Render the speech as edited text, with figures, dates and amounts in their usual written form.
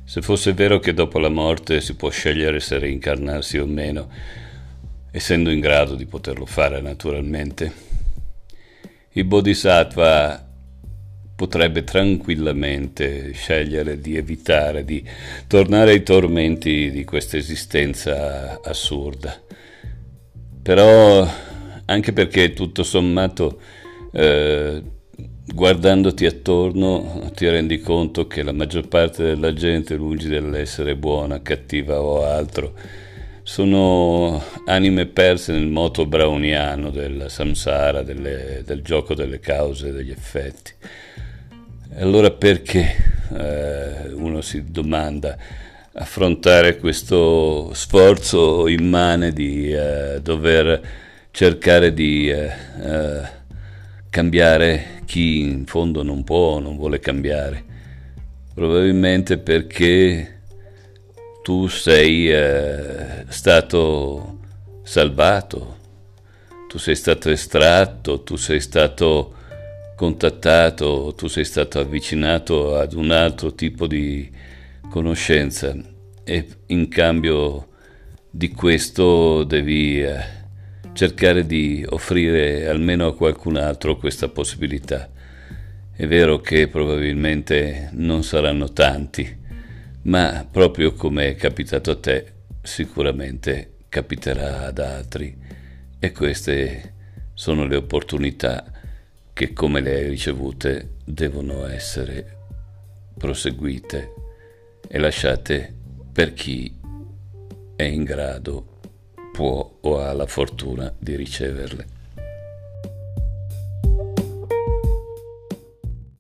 Se fosse vero che dopo la morte si può scegliere se reincarnarsi o meno, essendo in grado di poterlo fare naturalmente, il Bodhisattva potrebbe tranquillamente scegliere di evitare di tornare ai tormenti di questa esistenza assurda. Però, anche perché tutto sommato, guardandoti attorno, ti rendi conto che la maggior parte della gente, lungi dall'essere buona, cattiva o altro, sono anime perse nel moto browniano del samsara, del gioco delle cause e degli effetti. E allora perché uno si domanda affrontare questo sforzo immane di dover cercare di cambiare chi in fondo non può o non vuole cambiare? Probabilmente perché tu sei stato salvato, tu sei stato estratto, tu sei stato contattato, tu sei stato avvicinato ad un altro tipo di conoscenza e in cambio di questo devi cercare di offrire almeno a qualcun altro questa possibilità. È vero che probabilmente non saranno tanti, ma proprio come è capitato a te, sicuramente capiterà ad altri e queste sono le opportunità che, come le hai ricevute, devono essere proseguite e lasciate per chi è in grado, può o ha la fortuna di riceverle.